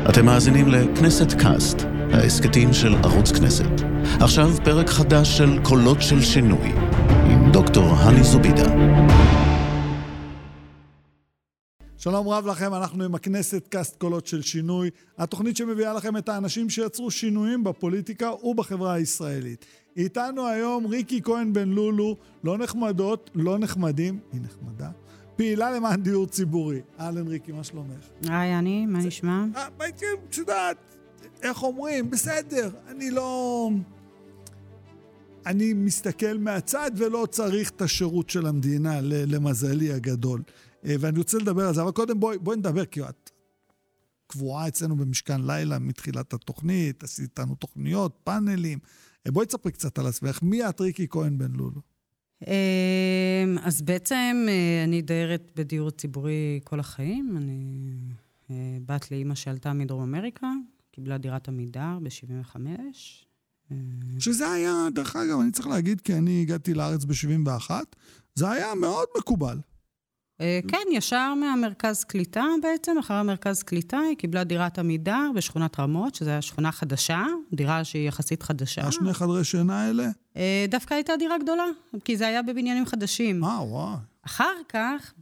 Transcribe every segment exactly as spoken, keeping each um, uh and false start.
אתם מאזינים לכנסת קאסט, ההסכתים של ערוץ כנסת. עכשיו פרק חדש של קולות של שינוי, עם דוקטור הני זובידה. שלום רב לכם, אנחנו עם הכנסת קאסט קולות של שינוי, התוכנית שמביאה לכם את האנשים שיצרו שינויים בפוליטיקה ובחברה הישראלית. איתנו היום ריקי כהן בן לולו, לא נחמדות, לא נחמדים, היא נחמדה, פעילה למען דיור ציבורי. אהלן ריקי, מה שלומך? היי, אני, מה נשמע? בעצם, שדעת, איך אומרים, בסדר, אני לא... אני מסתכל מהצד ולא צריך את השירות של המדינה, למזלי הגדול. ואני רוצה לדבר על זה, אבל קודם בואי, בואי נדבר, כי את קבועה אצלנו במשכן לילה מתחילת התוכנית, עשית איתנו תוכניות, פאנלים. בואי תספרי קצת על עצמך, מי את ריקי כהן בן לולו? אז בעצם אני דיירת בדיור ציבורי כל החיים, אני בת לאמא שעלתה מדרום אמריקה, קיבלה דירת עמידר ב-שבעים וחמש. שזה היה, דרך אגב, אני צריך להגיד, כי אני הגעתי לארץ ב-שבעים ואחת, זה היה מאוד מקובל. כן, ישר מהמרכז קליטה בעצם, אחרי המרכז קליטה, היא קיבלה דירת עמידר בשכונת רמות, שזו שכונה חדשה, דירה שהיא יחסית חדשה. השני חדרי שינה האלה? דווקא הייתה דירה גדולה, כי זה היה בבניינים חדשים. אה, וואו. אחר כך,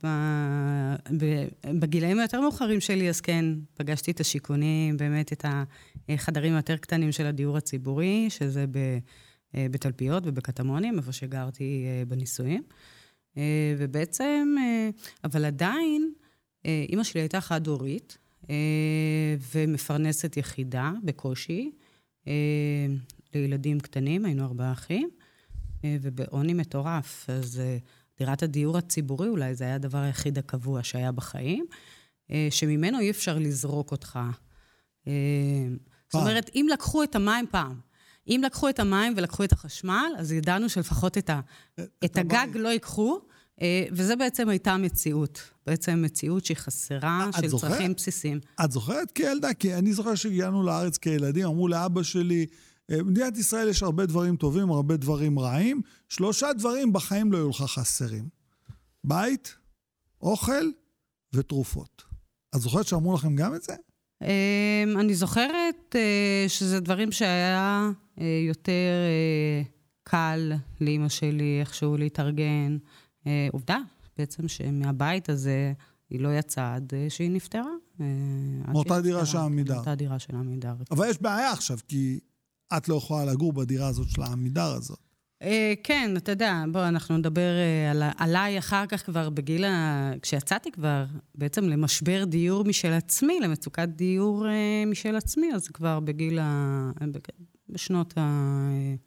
בגילאים היותר מאוחרים שלי, אז כן, פגשתי את השיכונים, באמת את החדרים היותר קטנים של הדיור הציבורי, שזה בתלפיות ובקטמונים, איפה שגרתי בנישואים. ובעצם, אבל עדיין, אמא שלי הייתה חד-הורית, ומפרנסת יחידה בקושי, לילדים קטנים, היינו ארבעה אחים, ובעוני מטורף. אז דירת הדיור הציבורי, אולי זה היה הדבר היחיד הקבוע שהיה בחיים, שממנו אי אפשר לזרוק אותך. זאת אומרת, אם לקחו את המים פעם, אם לקחו את המים ולקחו את החשמל, אז ידענו שלפחות את, ה, את הגג לא ייקחו, וזה בעצם הייתה מציאות. בעצם מציאות שהיא חסרה של זוכרת? צרכים בסיסיים. את זוכרת כילדה? כי אני זוכר שהגענו לארץ כילדים, אמרו לאבא שלי, במדינת ישראל יש הרבה דברים טובים, הרבה דברים רעים, שלושה דברים בחיים לא יהיו לך חסרים. בית, אוכל ותרופות. את זוכרת שאמרו לכם גם את זה? אני זוכרת שזה דברים שהיה יותר קל לאמא שלי, איכשהו להתארגן. עובדה, בעצם שמהבית הזה היא לא יצאה עד שהיא נפטרה. מאותה דירה של העמידר. מאותה דירה של העמידר. אבל יש בעיה עכשיו, כי את לא יכולה לגור בדירה הזאת של העמידר הזאת. כן, אתה יודע, בוא, אנחנו נדבר עליי אחר כך כבר בגיל, כשיצאתי כבר בעצם למשבר דיור משל עצמי, למצוקת דיור משל עצמי, אז כבר בגיל, בשנות ה...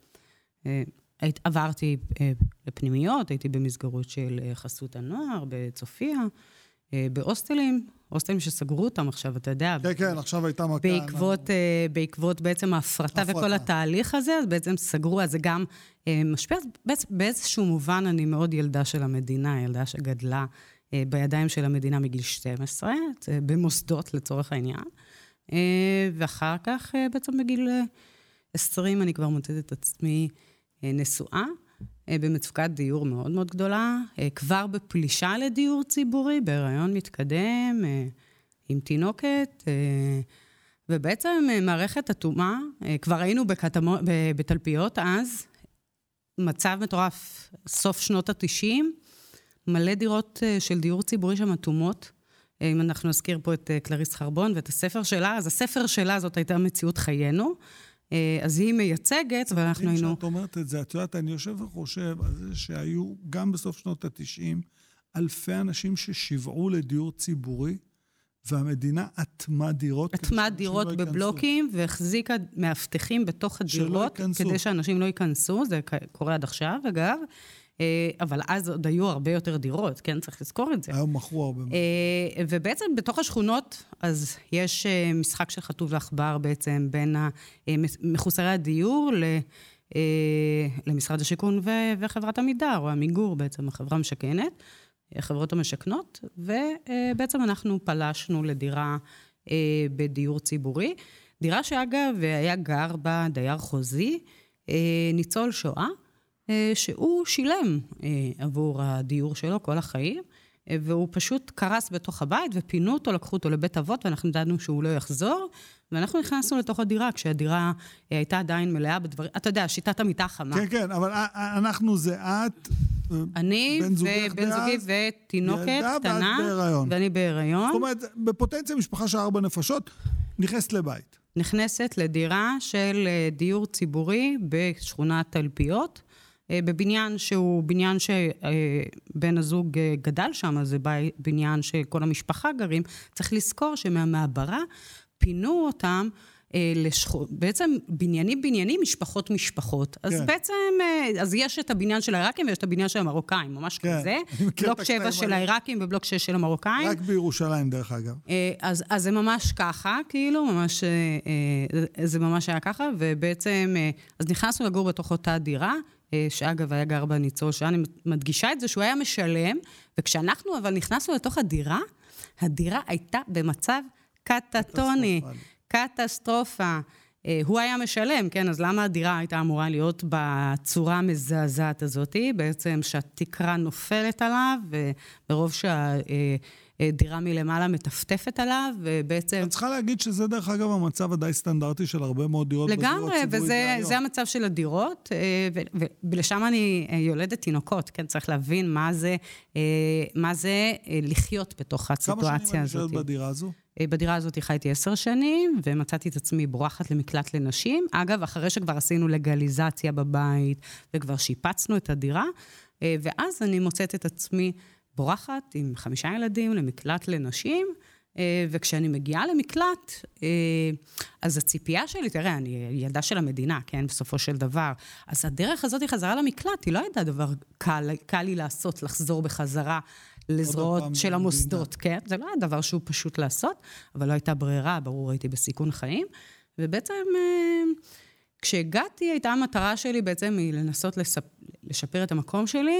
עברתי לפנימיות, הייתי במסגרות של חסות הנוער, בצופיה, בהוסטלים, הוסטלים שסגרו אותם עכשיו, אתה יודע. כן, כן, עכשיו הייתה מכה. בעקבות, בעקבות בעצם ההפרטה וכל התהליך הזה, אז בעצם סגרו, אז זה גם משפיע, באיזשהו מובן אני מאוד ילדה של המדינה, ילדה שגדלה בידיים של המדינה מגיל שתים עשרה, במוסדות לצורך העניין, ואחר כך בעצם בגיל עשרים אני כבר מוצאת את עצמי נשואה, במצוקת דיור מאוד מאוד גדולה, כבר בפלישה לדיור ציבורי, בהיריון מתקדם, עם תינוקת, ובעצם מערכת אטומה, כבר היינו בקטמו, בתלפיות אז, מצב מטורף, סוף שנות ה-תשעים, מלא דירות של דיור ציבורי שם אטומות, אם אנחנו נזכיר פה את קלריס חרבון ואת הספר שלה, אז הספר שלה זאת הייתה מציאות חיינו, אז היא מייצגת, ואנחנו היינו... אם שאת אומרת את זה, את יודעת, אני יושב וחושב על זה שהיו גם בסוף שנות ה-תשעים, אלפי אנשים ששיבעו לדיור ציבורי, והמדינה אטמה דירות... אטמה דירות בבלוקים, והחזיקה מאבטחים בתוך הדירות, כדי שאנשים לא ייכנסו, זה קורה עד עכשיו, אגב, אבל אז עוד היו הרבה יותר דירות, כן? צריך לזכור את זה. היום מכרו הרבה. ובעצם בתוך השכונות, אז יש משחק של חטוב ועכבר בעצם, בין מחוסרי הדיור למשרד השיכון וחברת עמידר, או המיגור בעצם, החברה משכנת, החברות המשכנות, ובעצם אנחנו פלשנו לדירה בדיור ציבורי. דירה שאגב היה גר בה דייר חוזי, ניצול שואה, שהוא שילם עבור הדיור שלו כל החיים, והוא פשוט קרס בתוך הבית, ופינו אותו, לקחו אותו לבית אבות, ואנחנו ידענו שהוא לא יחזור, ואנחנו נכנסנו לתוך הדירה, כשהדירה הייתה עדיין מלאה בדברים, אתה יודע, שיטת המיטה חמה. כן, כן, אבל אנחנו זה את, אני ובן זוגי ותינוקת קטנה, ואני בהיריון. זאת אומרת, בפוטנציה משפחה של ארבע נפשות, נכנסת לבית. נכנסת לדירה של דיור ציבורי בשכונת תלפיות, בבניין שהוא בניין שבן הזוג גדל שם, זה בניין שכל המשפחה גרים, צריך לזכור שמהמעברה פינו אותם, לשכו, בעצם בניינים בניינים, משפחות משפחות. אז כן. בעצם, אז יש את הבניין של העיראקים ויש את הבניין של המרוקאים, ממש כן. כזה. בלוק שבע של העיראקים ובלוק שש של המרוקאים. רק בירושלים דרך אגב. אז, אז זה ממש ככה, כאילו, ממש, זה ממש היה ככה, ובעצם, אז נכנסנו לגור בתוך אותה דירה, שאגב היה גר בניצול, שאני מדגישה את זה שהוא היה משלם, וכשאנחנו אבל נכנסנו לתוך הדירה, הדירה הייתה במצב קטטוני. קטסטרופה. הוא היה משלם, כן? אז למה הדירה הייתה אמורה להיות בצורה המזעזעת הזאת? בעצם שהתקרה נופלת עליו, וברוב שהדירה מלמעלה מטפטפת עליו, ובעצם... את צריכה להגיד שזה דרך אגב המצב הדי סטנדרטי של הרבה מאוד דירות. לגמרי, וזה המצב של הדירות, ולשם אני יולדת תינוקות, כן? צריך להבין מה זה, מה זה לחיות בתוך הסיטואציה הזאת. כמה שנים אני שואלת בדירה הזו? בדירה הזאת חייתי עשר שנים, ומצאתי את עצמי בורחת למקלט לנשים. אגב, אחרי שכבר עשינו לגליזציה בבית, וכבר שיפצנו את הדירה, ואז אני מוצאת את עצמי בורחת עם חמישה ילדים למקלט לנשים, וכשאני מגיעה למקלט, אז הציפייה שלי, תראה, אני ילדה של המדינה, כן, בסופו של דבר, אז הדרך הזאת היא חזרה למקלט, היא לא הייתה דבר קל, קל לי לעשות, לחזור בחזרה, לזרועות של המוסדות, כן? זה לא היה דבר שהוא פשוט לעשות, אבל לא הייתה ברירה, ברור, הייתי בסיכון חיים, ובעצם כשהגעתי, הייתה המטרה שלי בעצם היא לנסות לשפר את המקום שלי,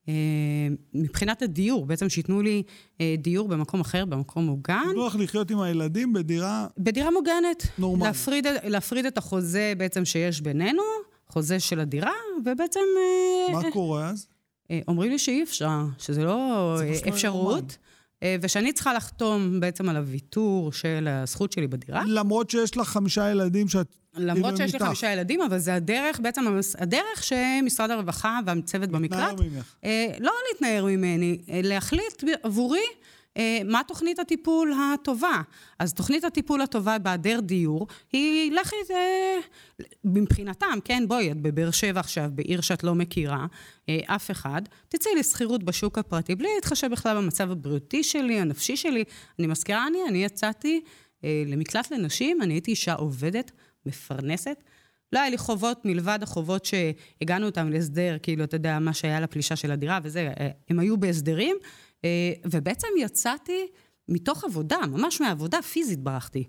מבחינת הדיור, בעצם שיתנו לי דיור במקום אחר, במקום מוגן. נוח לחיות עם הילדים בדירה... בדירה מוגנת. נורמלית. להפריד, להפריד את החוזה בעצם שיש בינינו, חוזה של הדירה, ובעצם... מה קורה אז? אומרים לי שאי אפשר, שזה לא אפשרות, ושאני צריכה לחתום בעצם על הוויתור של הזכות שלי בדירה. למרות שיש לך חמישה ילדים שאת... למרות שיש לי חמישה ילדים, אבל זה הדרך, בעצם הדרך שמשרד הרווחה והצוות במקלט... להתנער ממך. לא להתנער ממני, להחליט עבורי מה תוכנית הטיפול הטובה. אז תוכנית הטיפול הטובה בהיעדר דיור, היא לכי, מבחינתם, כן, בואי, את בבאר שבע עכשיו, בעיר שאת לא מכירה, אף אחד, תצאי לסחירות בשוק הפרטי, בלי להתחשב בכלל במצב הבריאותי שלי, הנפשי שלי. אני מזכירה, אני, אני יצאתי למקלט לנשים, אני הייתי אישה עובדת, מפרנסת, לא היה לי חובות מלבד החובות שהגענו אותם להסדר, כאילו, אתה יודע, מה שהיה לפלישה של הדירה וזה, הם היו בהסדרים, ובעצם יצאתי מתוך עבודה, ממש מהעבודה פיזית ברחתי.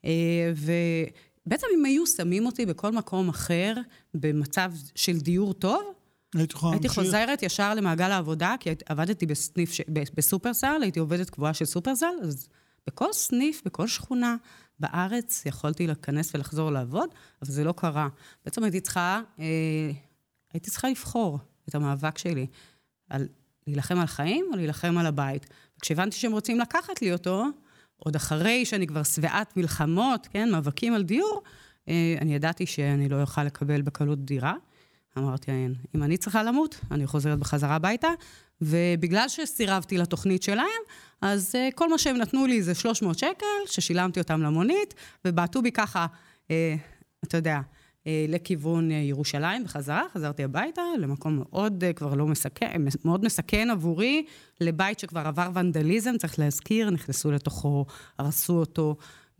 ובעצם אם היו שמים אותי בכל מקום אחר, במצב של דיור טוב, הייתי חוזרת ישר למעגל העבודה, כי עבדתי בסניף, בסופרסל, הייתי עובדת קבועה של סופרסל, אז בכל סניף, בכל שכונה, בארץ יכולתי להיכנס ולחזור לעבוד, אבל זה לא קרה. בעצם הייתי צריכה, הייתי צריכה לבחור את המאבק שלי, על להילחם על חיים או להילחם על הבית. וכשהבנתי שהם רוצים לקחת לי אותו, עוד אחרי שאני כבר שבעת מלחמות, כן, מאבקים על דיור, אני ידעתי שאני לא אוכל לקבל בקלות דירה. אמרתי, אם אני צריכה למות, אני חוזרת בחזרה הביתה, ובגלל שסירבתי לתוכנית שלהם, אז כל מה שהם נתנו לי זה שלוש מאות שקל, ששילמתי אותם למונית, ובעטו בי ככה, אתה יודע, לכיוון ירושלים בחזרה, חזרתי הביתה, למקום מאוד כבר לא מסכן, מאוד מסכן עבורי, לבית שכבר עבר ונדליזם, צריך להזכיר, נכנסו לתוכו, הרסו אותו,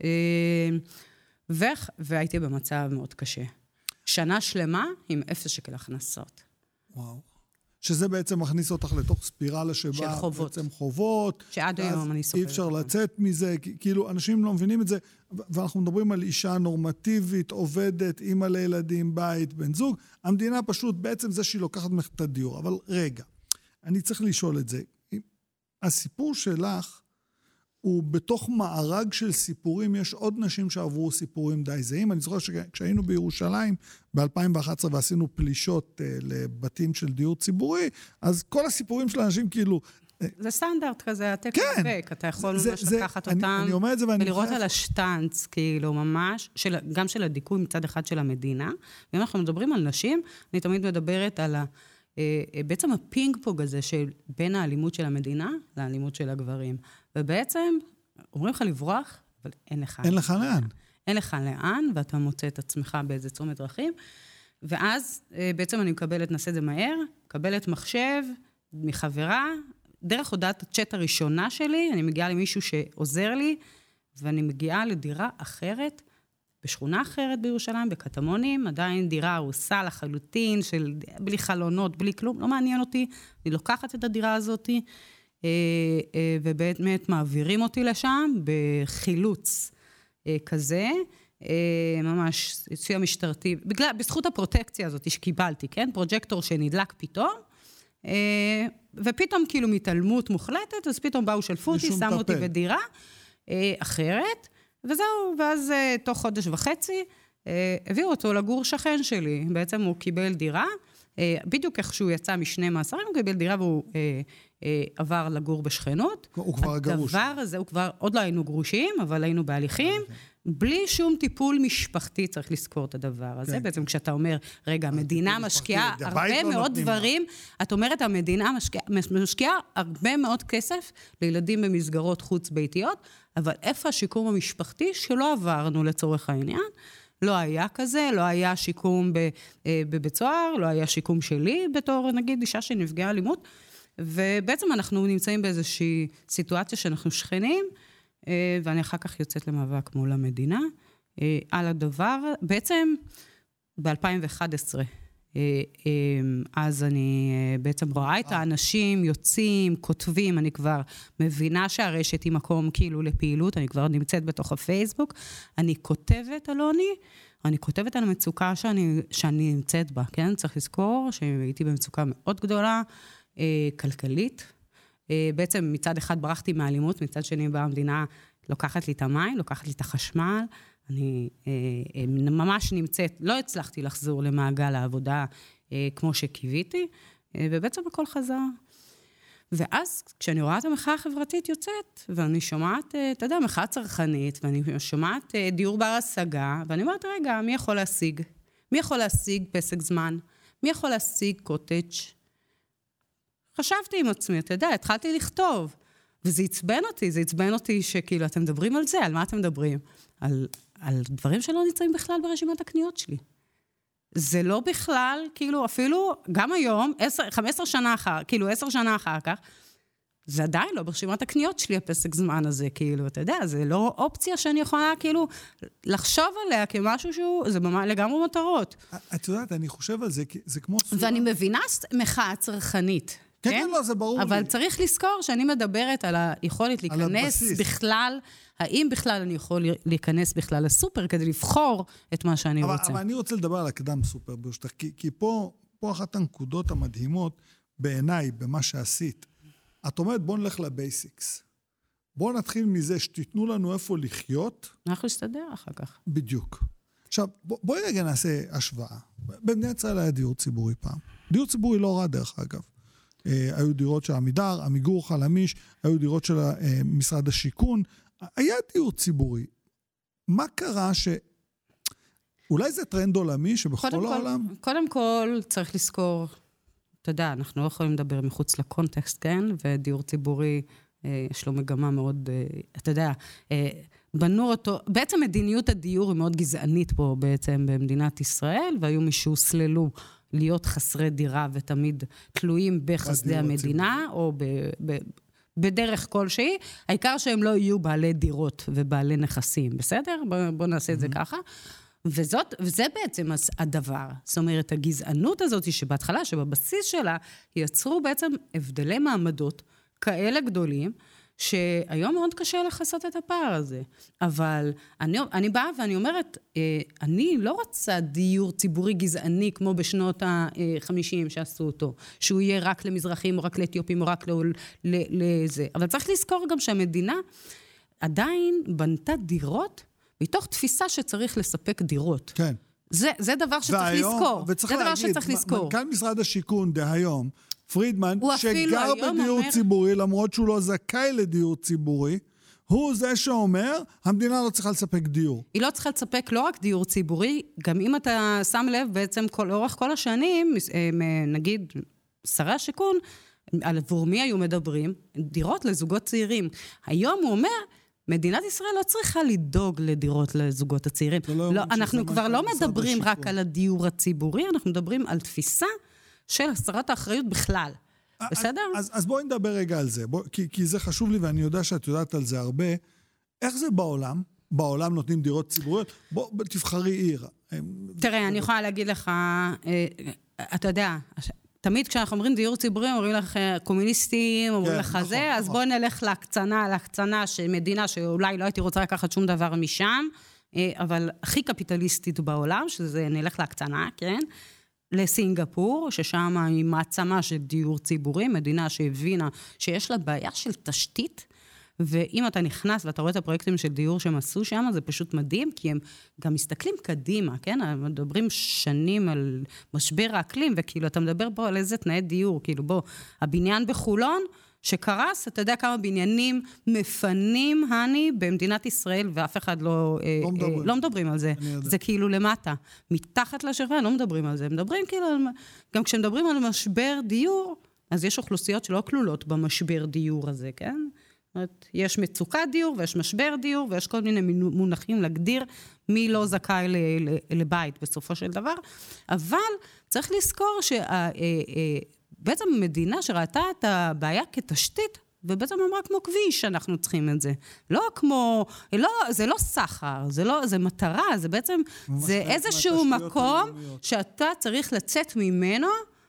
והייתי במצב מאוד קשה. שנה שלמה עם אפס שקל הכנסות. וואו. שזה בעצם מכניס אותך לתוך ספירלה שבה... של חובות. בעצם חובות. שעד היום אני סופרת. אי אפשר לצאת מזה, כאילו אנשים לא מבינים את זה, ואנחנו מדברים על אישה נורמטיבית, עובדת, אימא לילדים, בית, בן זוג. המדינה פשוט בעצם זה שהיא לוקחת ממך את הדיור. אבל רגע, אני צריך לשאול את זה. הסיפור שלך הוא בתוך מארג של סיפורים, יש עוד נשים שעברו סיפורים די זהים. אני זוכר שכשהיינו בירושלים ב-אלפיים ואחת עשרה ועשינו פלישות uh, לבתים של דיור ציבורי, אז כל הסיפורים של האנשים כאילו זה סטנדרט כזה, הטק ובק, אתה יכול ממש לקחת אותם, ולראות על השטנץ, כאילו, ממש, גם של הדיכוי מצד אחד של המדינה, ואם אנחנו מדברים על נשים, אני תמיד מדברת על בעצם הפינג פונג הזה, בין האלימות של המדינה, לאלימות של הגברים. ובעצם, אומרים לך לברוח, אבל אין לך. אין לך לאן. אין לך לאן, ואתה מוצא את עצמך באיזה צומת דרכים, ואז בעצם אני מקבלת, נעשה את זה מהר, מקבלת מחשב מחברה, דרך הודעת הצ'אט הראשונה שלי, אני מגיעה למישהו שעוזר לי, ואני מגיעה לדירה אחרת, בשכונה אחרת בירושלים, בקטמונים, עדיין דירה הרוסה לחלוטין, של בלי חלונות, בלי כלום, לא מעניין אותי, אני לוקחת את הדירה הזאת, ובאמת מעבירים אותי לשם, בחילוץ כזה, ממש סיוע משטרתי, בגלל, בזכות הפרוטקציה הזאת שקיבלתי, כן? פרוג'קטור שנדלק פתאום, ופתאום כאילו מתעלמות מוחלטת, אז פתאום באו שלפו אותי, שמו אותי בדירה אחרת, וזהו, ואז תוך חודש וחצי, הביאו אותו לגור שכן שלי, בעצם הוא קיבל דירה, בדיוק איך שהוא יצא משני מאסרים, הוא קיבל דירה והוא עבר לגור בשכנות. הוא כבר גרוש. הדבר הזה, הוא כבר, עוד לא היינו גרושים, אבל היינו בהליכים, בלי שום טיפול משפחתי צריך לזכור את הדבר הזה. בעצם כשאתה אומר, רגע, המדינה משקיעה הרבה מאוד דברים, את אומרת, המדינה משקיעה הרבה מאוד כסף לילדים במסגרות חוץ ביתיות, אבל איפה השיקום המשפחתי שלא עברנו לצורך העניין? לא היה כזה, לא היה שיקום בבית סוהר, לא היה שיקום שלי בתור, נגיד, אישה שנפגעה אלימות, ובעצם אנחנו נמצאים באיזושהי סיטואציה שאנחנו שכנים, ואני אחר כך יוצאת למאבק מול המדינה, על הדבר, בעצם ב-אלפיים ואחת עשרה, אז אני בעצם רואה את האנשים יוצאים, כותבים, אני כבר מבינה שהרשת היא מקום כאילו לפעילות, אני כבר נמצאת בתוך הפייסבוק, אני כותבת על עוני, אני כותבת על המצוקה שאני, שאני נמצאת בה, כן? צריך לזכור שהייתי במצוקה מאוד גדולה, כלכלית, בעצם מצד אחד ברחתי מהאלימות, מצד שני באה המדינה לוקחת לי את המים, לוקחת לי את החשמל, אני אה, ממש נמצאת, לא הצלחתי לחזור למעגל העבודה אה, כמו שקיוויתי, אה, ובעצם הכל חזר. ואז כשאני רואה את המחאה החברתית יוצאת, ואני שומעת, אה, אתה יודע, מחאה צרכנית, ואני שומעת אה, דיור בר השגה, ואני אומרת, רגע, מי יכול להשיג? מי יכול להשיג פסק זמן? מי יכול להשיג קוטג'? חשבתי עם עצמי, אתה יודע, התחלתי לכתוב, וזה עצבן אותי, זה עצבן אותי שכאילו, אתם מדברים על זה, על מה אתם מדברים? על, על דברים שלא נמצאים בכלל ברשימת הקניות שלי. זה לא בכלל, כאילו, אפילו, גם היום, חמש עשרה שנה אחר, כאילו, עשר שנה אחר כך, זה עדיין לא ברשימת הקניות שלי, הפסק זמן הזה, כאילו, אתה יודע, זה לא אופציה שאני יכולה, כאילו, לחשוב עליה כמשהו שהוא, זה לגמרי מטרות. את יודעת, אני חושב על זה, זה כמו... ואני מבינה מחאה צרכנית, כן, כן, לא, זה ברור אבל לי. צריך לזכור שאני מדברת על היכולת להיכנס בכלל, האם בכלל אני יכול להיכנס בכלל לסופר, כדי לבחור את מה שאני אבל, רוצה. אבל אני רוצה לדבר על הקדם סופר, ברשתך, כי, כי פה, פה אחת הנקודות המדהימות בעיניי, במה שעשית. את אומרת, בוא נלך לבייסיקס. בוא נתחיל מזה שתיתנו לנו איפה לחיות. אנחנו נסתדר אחר כך. בדיוק. עכשיו, בוא, בואי רגע נעשה השוואה. במדינת ישראל היה דיור ציבורי פעם. דיור ציבורי לא רע דרך אגב. היו דירות של עמידר, עמיגור, חלמיש, היו דירות של משרד השיכון, היה דיור ציבורי. מה קרה ש... אולי זה טרנד עולמי שבכל קודם העולם? כל, קודם כל צריך לזכור, אתה יודע, אנחנו לא יכולים לדבר מחוץ לקונטקסט, כן? ודיור ציבורי, יש לו מגמה מאוד, אתה יודע, בנו אותו, בעצם מדיניות הדיור היא מאוד גזענית פה בעצם במדינת ישראל, והיו מי שהוסללו להיות חסרי דירה ותמיד תלויים בחסדי המדינה, או ב, ב, בדרך כלשהי, העיקר שהם לא יהיו בעלי דירות ובעלי נכסים, בסדר? בוא, בוא נעשה את זה ככה. וזאת, וזה בעצם הדבר. זאת אומרת, הגזענות הזאת שבהתחלה, שבבסיס שלה, יצרו בעצם הבדלי מעמדות כאלה גדולים, שהיום מאוד קשה לחסות את הפער הזה. אבל אני, אני באה ואני אומרת, אני לא רוצה דיור ציבורי גזעני כמו בשנות ה-חמישים שעשו אותו, שהוא יהיה רק למזרחים או רק לאתיופים או רק לזה. אבל צריך לזכור גם שהמדינה עדיין בנתה דירות מתוך תפיסה שצריך לספק דירות. כן. זה, זה דבר שצריך והיום, לזכור. זה דבר להגיד, שצריך לזכור. מנכ"ל משרד השיכון דהיום, פרידמן, שגר בדיור אומר... ציבורי, למרות שהוא לא זכאי לדיור ציבורי, הוא זה שאומר, המדינה לא צריכה לספק דיור. היא לא צריכה לספק לא רק דיור ציבורי, גם אם אתה שם לב בעצם כל, אורך כל השנים, נגיד שרי השיכון, על עבור מי היו מדברים, דירות לזוגות צעירים. היום הוא אומר, מדינת ישראל לא צריכה לדאוג לדירות לזוגות הצעירים. לא, לא, אנחנו כבר לא מדברים רק על הדיור הציבורי, אנחנו מדברים על תפיסה של הסרת האחריות בכלל. בסדר? אז, אז בואי נדבר רגע על זה, בוא, כי, כי זה חשוב לי ואני יודע שאת יודעת על זה הרבה. איך זה בעולם? בעולם נותנים דירות ציבוריות? בוא, תבחרי עיר. תראה, אני יכולה להגיד לך, אתה יודע, תמיד כשאנחנו אומרים דיור ציבורי, אומרים לך קומוניסטים, אומרים לך זה, אז בואו נלך להקצנה, להקצנה שמדינה שאולי לא הייתי רוצה לקחת שום דבר משם, אבל הכי קפיטליסטית בעולם, שזה נלך להקצנה, כן? לסינגפור, ששם היא מעצמה של דיור ציבורי, מדינה שהבינה שיש לה בעיה של תשתית, ואם אתה נכנס ואתה רואה את הפרויקטים של דיור שהם עשו שם, זה פשוט מדהים, כי הם גם מסתכלים קדימה, כן? הם מדברים שנים על משבר האקלים, וכאילו אתה מדבר פה על איזה תנאי דיור, כאילו בוא, הבניין בחולון, שקרס, אתה יודע כמה בניינים מפנים, הני, במדינת ישראל, ואף אחד לא, לא, מדברים. לא מדברים על זה. זה כאילו למטה. מתחת לשכבה לא מדברים על זה. מדברים כאילו, גם כשמדברים על משבר דיור, אז יש אוכלוסיות שלא כלולות במשבר דיור הזה, כן? יש מצוקת דיור, ויש משבר דיור, ויש כל מיני מונחים להגדיר מי לא זכאי לבית בסופו של דבר. אבל צריך לזכור שה... בעצם מדינה שראתה את הבעיה כתשתית, ובעצם אמרה כמו כביש שאנחנו צריכים את זה. לא כמו, לא, זה לא סחר, זה לא, זה מטרה, זה בעצם, זה איזשהו מקום שאתה צריך לצאת ממנו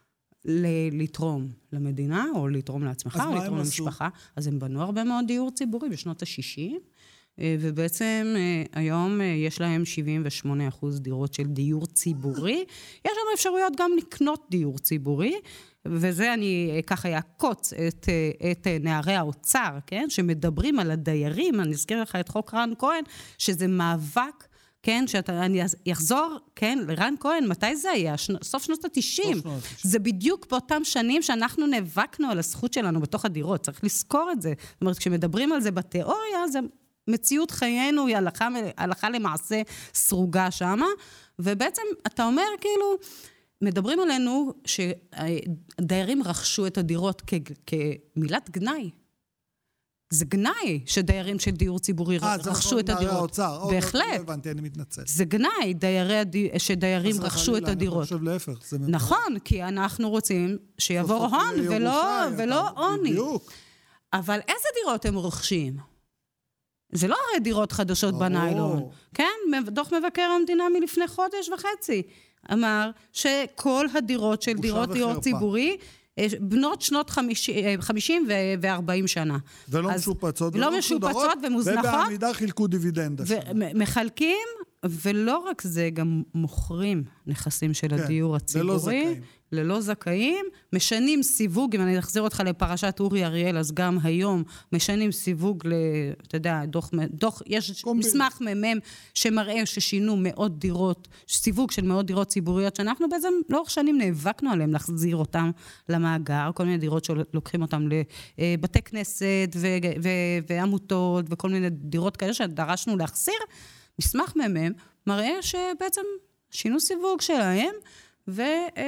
לתרום למדינה, או לתרום לעצמך, או לתרום למשפחה. אז הם בנו הרבה מאוד דיור ציבורי בשנות ה-שישים, ובעצם היום יש להם שבעים ושמונה אחוז דירות של דיור ציבורי. יש לנו אפשרויות גם לקנות דיור ציבורי, וזה אני ככה יעקוץ את, את נערי האוצר, כן? שמדברים על הדיירים, אני אזכיר לך את חוק רן כהן, שזה מאבק, כן? שאתה, אני אחזור, כן? לרן כהן, מתי זה היה? שנ, סוף שנות ה-תשעים. זה בדיוק באותם שנים שאנחנו נאבקנו על הזכות שלנו בתוך הדירות, צריך לזכור את זה. זאת אומרת, כשמדברים על זה בתיאוריה, זה מציאות חיינו, היא הלכה, הלכה למעשה סרוגה שמה, ובעצם אתה אומר כאילו, מדברים עלינו שדיירים רכשו את הדירות כ- כמילת גנאי. זה גנאי שדיירים של דיור ציבורי 아, רכשו את הדירות. האוצר. בהחלט. לא הבנתי, אני מתנצל. זה גנאי, דיירי, שדיירים רכשו את הדירות. אני חושב להפך. נכון, כי אנחנו רוצים שיעבור הון ולא, ולא עוני. בדיוק. אבל איזה דירות הם רוכשים? זה לא הרי דירות חדשות בניילון. כן? דוח מבקר המדינה מלפני חודש וחצי. אמר שכל הדירות של דירות דיור ציבורי, בנות שנות חמישים ו-ארבעים שנה. ולא משופצות, ולא משופצות ומוזנחות. ובעמידה חילקו דיבידנד. ומחלקים, ולא רק זה, גם מוכרים נכסים של הדיור הציבורי. ללא זכאים, משנים סיווג, אם אני אחזיר אותך לפרשת אורי אריאל, אז גם היום משנים סיווג, אתה יודע, דוח, דוח, יש מסמך ממם שמראה ששינו מאות דירות, סיווג של מאות דירות ציבוריות, שאנחנו בעצם לאורך שנים נאבקנו עליהם, להחזיר אותם למאגר, כל מיני דירות שלוקחים אותם לבתי כנסת ו- ו- ועמותות, וכל מיני דירות כאלה שדרשנו להחסיר, מסמך ממם מראה שבעצם שינו סיווג שלהם, ו...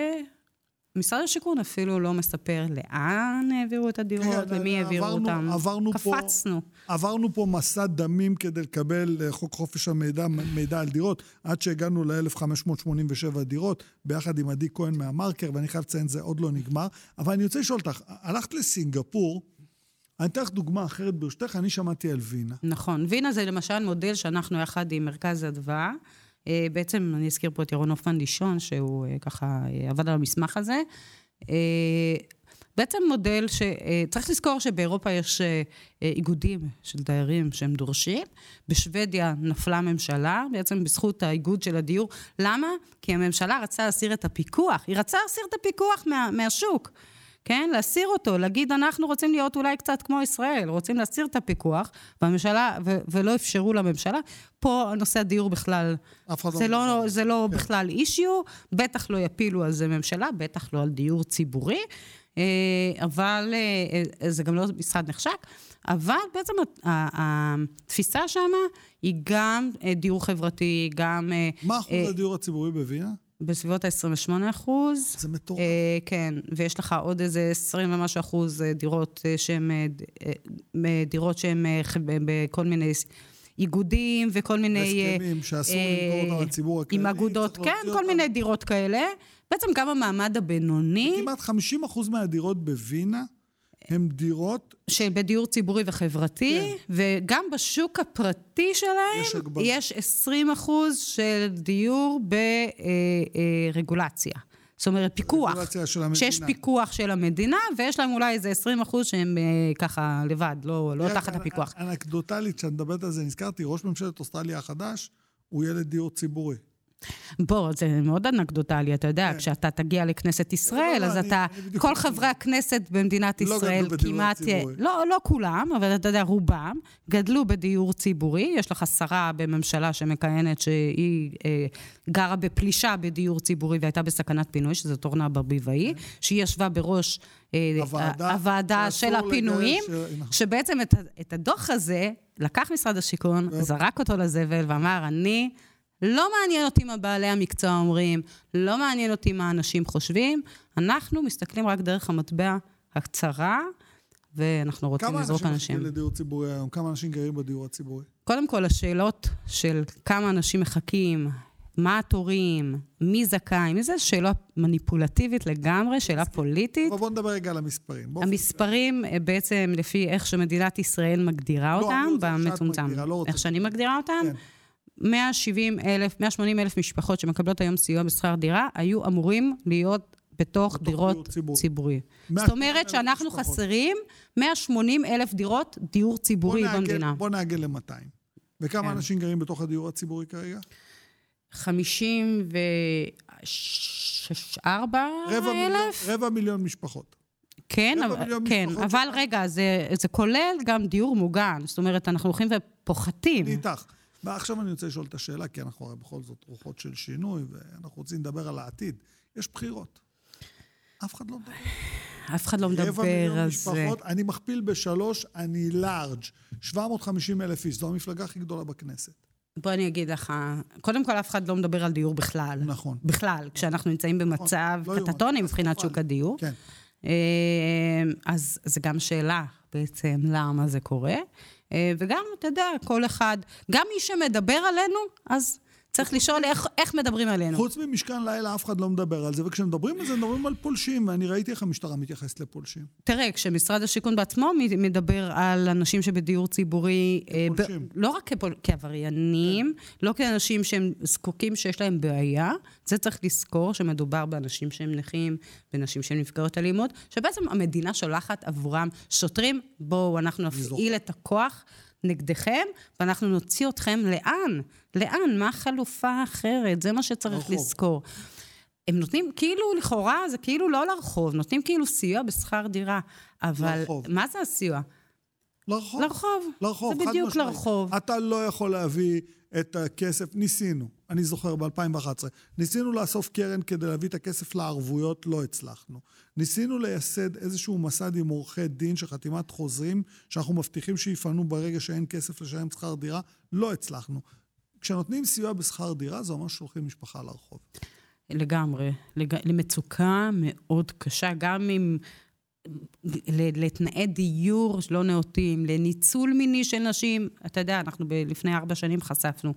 משרד השיכון אפילו לא מספר לאן העבירו את הדירות, למי העבירו אותם. קפצנו. עברנו פה מסע דמים כדי לקבל חוק חופש המידע, מידע על דירות, עד שהגענו ל-אלף חמש מאות שמונים ושבע דירות, ביחד עם עדי כהן מהמרקר, ואני חייב לציין, זה עוד לא נגמר. אבל אני רוצה לשאול אותך, הלכת לסינגפור, אני אתן לך דוגמה אחרת ברשותך, אני שמעתי על וינה. נכון, וינה זה למשל מודל שאנחנו יחד עם מרכז אדווה, בעצם אני אזכיר פה את ירון אופן לישון, שהוא ככה עבד על המסמך הזה. בעצם מודל שצריך לזכור שבאירופה יש איגודים של דיירים שהם דורשים. בשוודיה נפלה ממשלה, בעצם בזכות האיגוד של הדיור. למה? כי הממשלה רצה להסיר את הפיקוח. היא רצה להסיר את הפיקוח מה, מהשוק. כן? להסיר אותו, להגיד, אנחנו רוצים להיות אולי קצת כמו ישראל, רוצים להסיר את הפיקוח, והממשלה, ו- ולא אפשרו לממשלה. פה הנושא הדיור בכלל, זה לא, זה לא בכלל אישיו, בטח לא יפילו על זה ממשלה, בטח לא על דיור ציבורי, אבל זה גם לא משרד נחשק, אבל בעצם התפיסה שם היא גם דיור חברתי, גם... מה אחוז הדיור הציבורי בווינה? בסביבות ה-עשרים ושמונה אחוז. זה מטורף. כן, ויש לך עוד איזה עשרים ומשהו אחוז דירות שהן דירות שהן בכל מיני איגודים וכל מיני... הסכמים שאסור למכור אותם לציבור הכללי. עם אגודות, כן, כל מיני דירות כאלה. בעצם גם המעמד הבינוני... כמעט חמישים אחוז מהדירות בווינה הם דירות... שבדיור ציבורי וחברתי, כן. וגם בשוק הפרטי שלהם יש, יש עשרים אחוז של דיור ברגולציה. זאת אומרת, פיקוח. שיש פיקוח של המדינה, ויש להם אולי איזה עשרים אחוז שהם ככה לבד, לא, לא תחת הפיקוח. אנקדוטלית, כשאני מדברת על זה, נזכרתי, ראש ממשלת אוסטרליה החדש, הוא ילד דיור ציבורי. בוא, זה מאוד אנקדוטלי, אתה יודע, כשאתה תגיע לכנסת ישראל, אז אתה, כל חברי הכנסת במדינת ישראל כמעט, לא, לא כולם, אבל אתה יודע, רובם, גדלו בדיור ציבורי, יש לך שרה בממשלה שמכהנת שהיא גרה בפלישה בדיור ציבורי, והייתה בסכנת פינוי, שזאת אורנה ברביבאי, שהיא ישבה בראש הוועדה של הפינויים, שבעצם את הדוח הזה, לקח משרד השיכון, זרק אותו לזבל ואמר, אני... לא מעניין אותי מה בעלי המקצוע אומרים, לא מעניין אותי מה אנשים חושבים, אנחנו מסתכלים רק דרך המטבע הקצרה, ואנחנו רוצים לזרוק אנשים. כמה אנשים מחכים לדיור ציבורי היום? כמה אנשים גרים בדיור הציבורי? קודם כל, השאלות של כמה אנשים מחכים, מה התורים, מי זכאי, מי זה שאלה מניפולטיבית לגמרי, שאלה פוליטית. אבל בוא נדבר רגע על המספרים. המספרים בעצם לפי איך שמדינת ישראל מגדירה אותם, במצומצם. איך שאני מגדירה אותם, מאה שבעים אלף, מאה שמונים אלף משפחות שמקבלות היום סיוע בשכר דירה, היו אמורים להיות בתוך דירות ציבורי. זאת אומרת שאנחנו חסרים מאה שמונים אלף דירות דיור ציבורי במדינה. בוא נעגל ל-מאתיים. וכמה אנשים גרים בתוך הדיור הציבורי כרגע? חמישים וארבע אלף. רבע מיליון משפחות. כן, כן, אבל רגע, זה כולל גם דיור מוגן. זאת אומרת, אנחנו הולכים ופוחתים. איתך. ועכשיו אני רוצה לשאול את השאלה, כי אנחנו הרי בכל זאת רוחות של שינוי, ואנחנו רוצים לדבר על העתיד. יש בחירות. אף אחד לא מדבר. אף אחד לא מדבר על זה. אני מכפיל בשלוש, אני לארג', שבע מאות וחמישים אלף איש, זו המפלגה הכי גדולה בכנסת. בוא אני אגיד לך, קודם כל אף אחד לא מדבר על דיור בכלל. נכון. בכלל, כשאנחנו נמצאים במצב קטטוני מבחינת שוק הדיור. כן. אז זה גם שאלה בעצם למה זה קורה. וגם, אתה יודע, כל אחד, גם מי שמדבר עלינו, אז צריך לשאול איך, איך מדברים עלינו. חוץ ממשכן לילה, אף אחד לא מדבר על זה, וכשמדברים על זה, מדברים על פולשים, ואני ראיתי איך המשטרה מתייחסת לפולשים. תראה, כשמשרד השיכון בעצמו מדבר על אנשים שבדיור ציבורי, ב, לא רק כפול, כעבריינים, לא כאנשים שהם זקוקים שיש להם בעיה, זה צריך לזכור שמדובר באנשים שהם נכים, באנשים שהם נפגעות אלימות, שבעצם המדינה שולחת עבורם שוטרים, בואו אנחנו נפעיל את הכוח, נגדכם, ואנחנו נוציא אתכם לאן? לאן? מה החלופה האחרת? זה מה שצריך לרחוב. לזכור. הם נותנים, כאילו לכאורה, זה כאילו לא לרחוב, נותנים כאילו סיוע בשכר דירה, אבל לרחוב. מה זה הסיוע? לרחוב. לרחוב. לרחוב. זה בדיוק לרחוב. אתה לא יכול להביא את הכסף, ניסינו, אני זוכר ב-אלפיים ואחת עשרה, ניסינו לאסוף קרן כדי להביא את הכסף לערבויות, לא הצלחנו. ניסינו לייסד איזשהו מסד עם עורכי דין שחתימת חוזרים, שאנחנו מבטיחים שיפנו ברגע שאין כסף לשלם שכר דירה, לא הצלחנו. כשנותנים סיוע בשכר דירה, זה ממש שולחים משפחה לרחוב. לגמרי, לג... למצוקה מאוד קשה, גם עם... לתנאי דיור לא נאותים, לניצול מיני של נשים, אתה יודע, אנחנו לפני ארבע שנים חשפנו,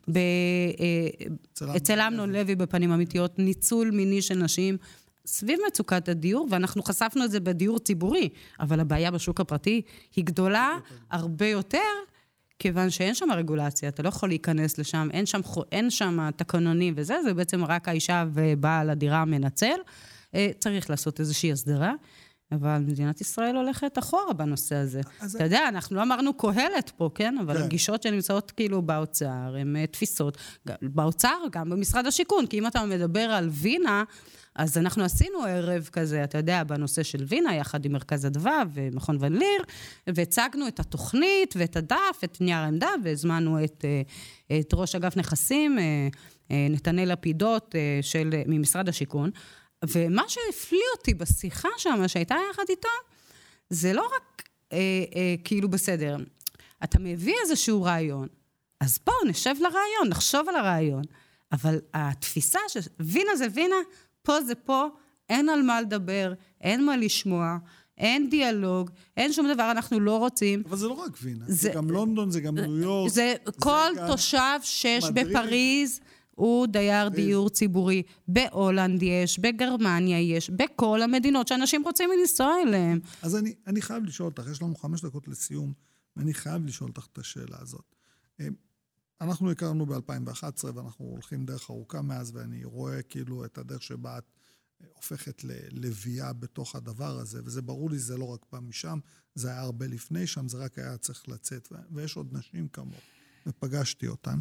אצל אמנון לוי בפנים אמיתיות, ניצול מיני של נשים, סביב מצוקת הדיור, ואנחנו חשפנו את זה בדיור ציבורי, אבל הבעיה בשוק הפרטי היא גדולה הרבה יותר, כיוון שאין שם רגולציה, אתה לא יכול להיכנס לשם, אין שם, אין שם תקנונים וזה, זה בעצם רק האישה ובעל הדירה מנצל, צריך לעשות איזושהי הסדרה, אבל מדינת ישראל הולכת אחורה בנושא הזה. אתה יודע, אנחנו לא אמרנו קהלת פה, כן? אבל הגישות שנמצאות כאילו באוצר, הן תפיסות, באוצר, גם במשרד השיכון, כי אם אתה מדבר על וינה, אז אנחנו עשינו ערב כזה, אתה יודע, בנושא של וינה, יחד עם מרכז אדווה ומכון ון ליר, והצגנו את התוכנית ואת הדף, את נייר העמדה, והזמנו את, את ראש אגף נכסים, נתנאל לפידות של, ממשרד השיכון, ומה שהפליא אותי בשיחה שם, שהייתה יחד איתו, זה לא רק אה, אה, כאילו בסדר. אתה מביא איזשהו רעיון, אז בואו נשב לרעיון, נחשוב על הרעיון. אבל התפיסה שווינה זה וינה, פה זה פה, אין על מה לדבר, אין מה לשמוע, אין דיאלוג, אין שום דבר, אנחנו לא רוצים. אבל זה לא רק וינה, זה, זה גם לונדון, זה גם ניו יורק. זה, זה כל תושב שש בפריז, הוא דייר דיור ציבורי, בהולנד יש, בגרמניה יש, בכל המדינות שאנשים רוצים לנסוע אליהם. אז אני, אני חייב לשאול אותך, יש לנו חמש דקות לסיום, ואני חייב לשאול אותך את השאלה הזאת. אנחנו הכרנו ב-אלפיים ואחת עשרה, ואנחנו הולכים דרך ארוכה מאז, ואני רואה כאילו את הדרך שבה את הופכת ללוויה בתוך הדבר הזה, וזה ברור לי, זה לא רק פעם משם, זה היה הרבה לפני שם, זה רק היה צריך לצאת, ויש עוד נשים כמו, ופגשתי אותן.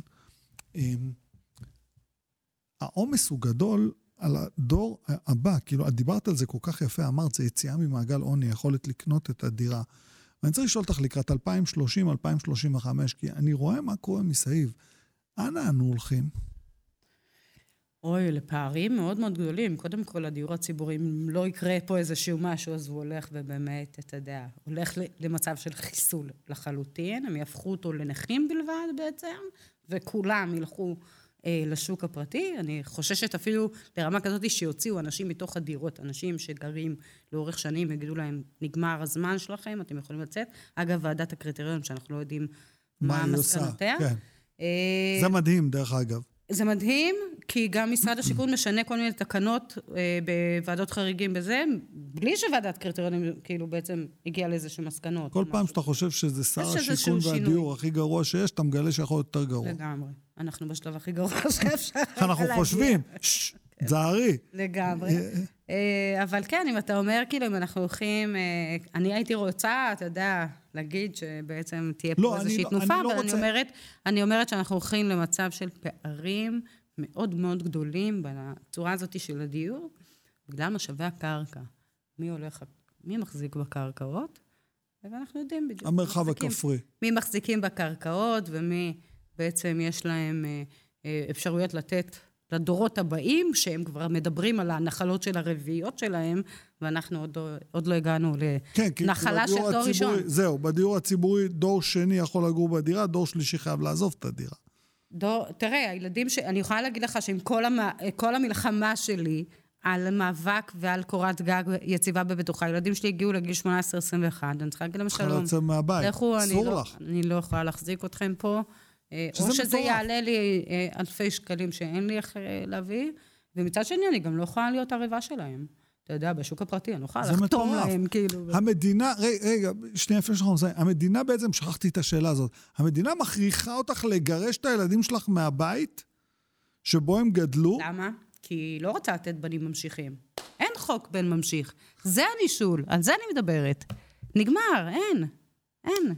העומס הוא גדול על הדור הבא, כאילו, את דיברת על זה כל כך יפה, אמרת, זה יציאה ממעגל עוני, יכולת לקנות את הדירה. ואני צריך לשאול אותך לקראת אלפיים שלושים, אלפיים שלושים וחמש, כי אני רואה מה קורה מסביב. אנה אנו הולכים? אוי, לפערים מאוד מאוד גדולים. קודם כל, הדיור הציבורי, אם לא יקרה פה איזשהו משהו, אז הוא הולך ובאמת, אתה יודע, הולך למצב של חיסול לחלוטין, הם יהפכו אותו לנכים בלבד בעצם, וכולם ילכו לשוק הפרטי. אני חוששת אפילו לרמה כזאת שיוציאו אנשים מתוך הדירות, אנשים שגרים לאורך שנים, יגידו להם, נגמר הזמן שלכם, אתם יכולים לצאת. אגב, ועדת הקריטריון, שאנחנו לא יודעים מה המסקנותיה. כן. זה מדהים, דרך אגב. זה מדהים, כי גם משרד השיכון משנה כל מיני תקנות בוועדות חריגים בזה, בלי שוועדת קריטריונים כאילו בעצם הגיעה לאיזשהו מסקנות. כל פעם שאתה חושב שזה שר השיכון והדיור הכי גרוע שיש, אתה מגלה שיכול להיות יותר גרוע. לגמרי. אנחנו בשלב הכי גרוע שאפשר. אנחנו חושבים, זהרי. לגמרי. אבל כן, אם אתה אומר, כאילו, אם אנחנו הולכים, אני הייתי רוצה, אתה יודע, להגיד שבעצם תהיה פה איזושהי תנופה, אבל אני אומרת, אני אומרת שאנחנו הולכים למצב של פערים מאוד מאוד גדולים בצורה הזאת של הדיור, בגלל משאבי הקרקע. מי הולך, מי מחזיק בקרקעות? ואנחנו יודעים בדיוק. המרחב הכפרי. מי מחזיקים בקרקעות, ומי בעצם יש להם אפשרויות לתת לדורות הבאים, שהם כבר מדברים על הנחלות של הרביעיות שלהם, ואנחנו עוד, עוד לא הגענו לנחלה של דור ראשון. זהו, בדיור הציבורי דור שני יכול לגור בדירה, דור שלישי חייב לעזוב את הדירה. דור, תראה, הילדים ש... אני יכולה להגיד לך שעם כל, המ... כל המלחמה שלי, על מאבק ועל קורת גג יציבה בבטוחה, הילדים שלי הגיעו לגיל שמונה עשרה עשרים ואחת, אני צריכה להגיד להם שלום. צריכה לצאת מהבית, אסור לא, לך. אני לא יכולה להחזיק אתכם פה, או שזה מטורף. יעלה לי אלפי שקלים שאין לי איך להביא, ומצד שני אני גם לא יכולה להיות ערבה שלהם. אתה יודע, בשוק הפרטי, אני לא יכולה לחתום להם, כאילו. המדינה, רגע, רגע, שנייה לפני שאנחנו עושים, המדינה בעצם, שכחתי את השאלה הזאת, המדינה מכריחה אותך לגרש את הילדים שלך מהבית, שבו הם גדלו? למה? כי היא לא רוצה לתת בנים ממשיכים. אין חוק בן ממשיך. זה הנישול, על זה אני מדברת. נגמר, אין. אין.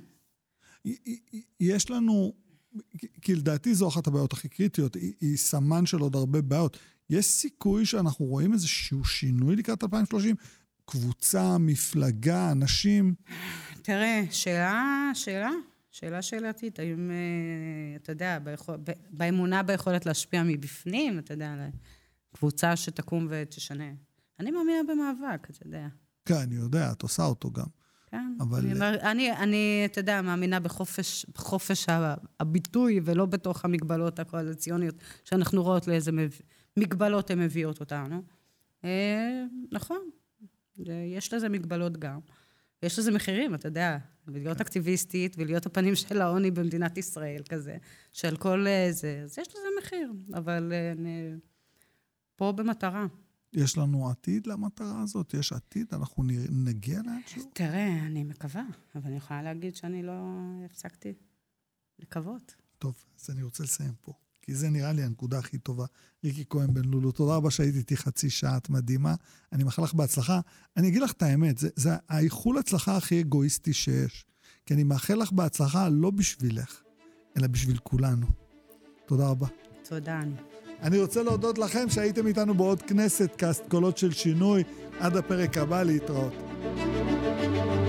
יש לנו, כי לדעתי זו אחת הבעיות הכי קריטיות, היא, היא סמן של עוד הרבה בעיות. יש סיכוי שאנחנו רואים איזשהו שינוי לקראת אלפיים ושלושים? קבוצה, מפלגה, אנשים? תראה, שאלה, שאלה, שאלה שאלתית. האם, אתה יודע, ביכול, באמונה ביכולת להשפיע מבפנים, אתה יודע, קבוצה שתקום ותשנה. אני מאמינה במאבק, אתה יודע. כן, אני יודע, את עושה אותו גם. כן, אבל... אני, אני, אני, אתה יודע, מאמינה בחופש, בחופש הביטוי, ולא בתוך המגבלות הקואליציוניות, שאנחנו רואות לאיזה מגבלות הן מביאות אותנו. אה, נכון, יש לזה מגבלות גם. יש לזה מחירים, אתה יודע, להיות אקטיביסטית, ולהיות הפנים של העוני במדינת ישראל, כזה, של כל זה, אז יש לזה מחיר, אבל אני, פה במטרה. יש לנו עתיד למטרה הזאת? יש עתיד? אנחנו נגיע לאנשהו? תראה, אני מקווה, אבל אני יכולה להגיד שאני לא הפסקתי לקוות. טוב, אז אני רוצה לסיים פה. כי זה נראה לי הנקודה הכי טובה. ריקי כהן בן לולו, תודה רבה שהייתי איתי חצי שעה, את מדהימה. אני מאחל לך בהצלחה. אני אגיד לך את האמת, זה, זה האיחול הצלחה הכי אגואיסטי שיש. כי אני מאחל לך בהצלחה לא בשבילך, אלא בשביל כולנו. תודה רבה. תודה, אני. אני רוצה להודות לכם שהייתם איתנו בעוד כנסת, קאסט קולות של שינוי. עד הפרק הבא, להתראות.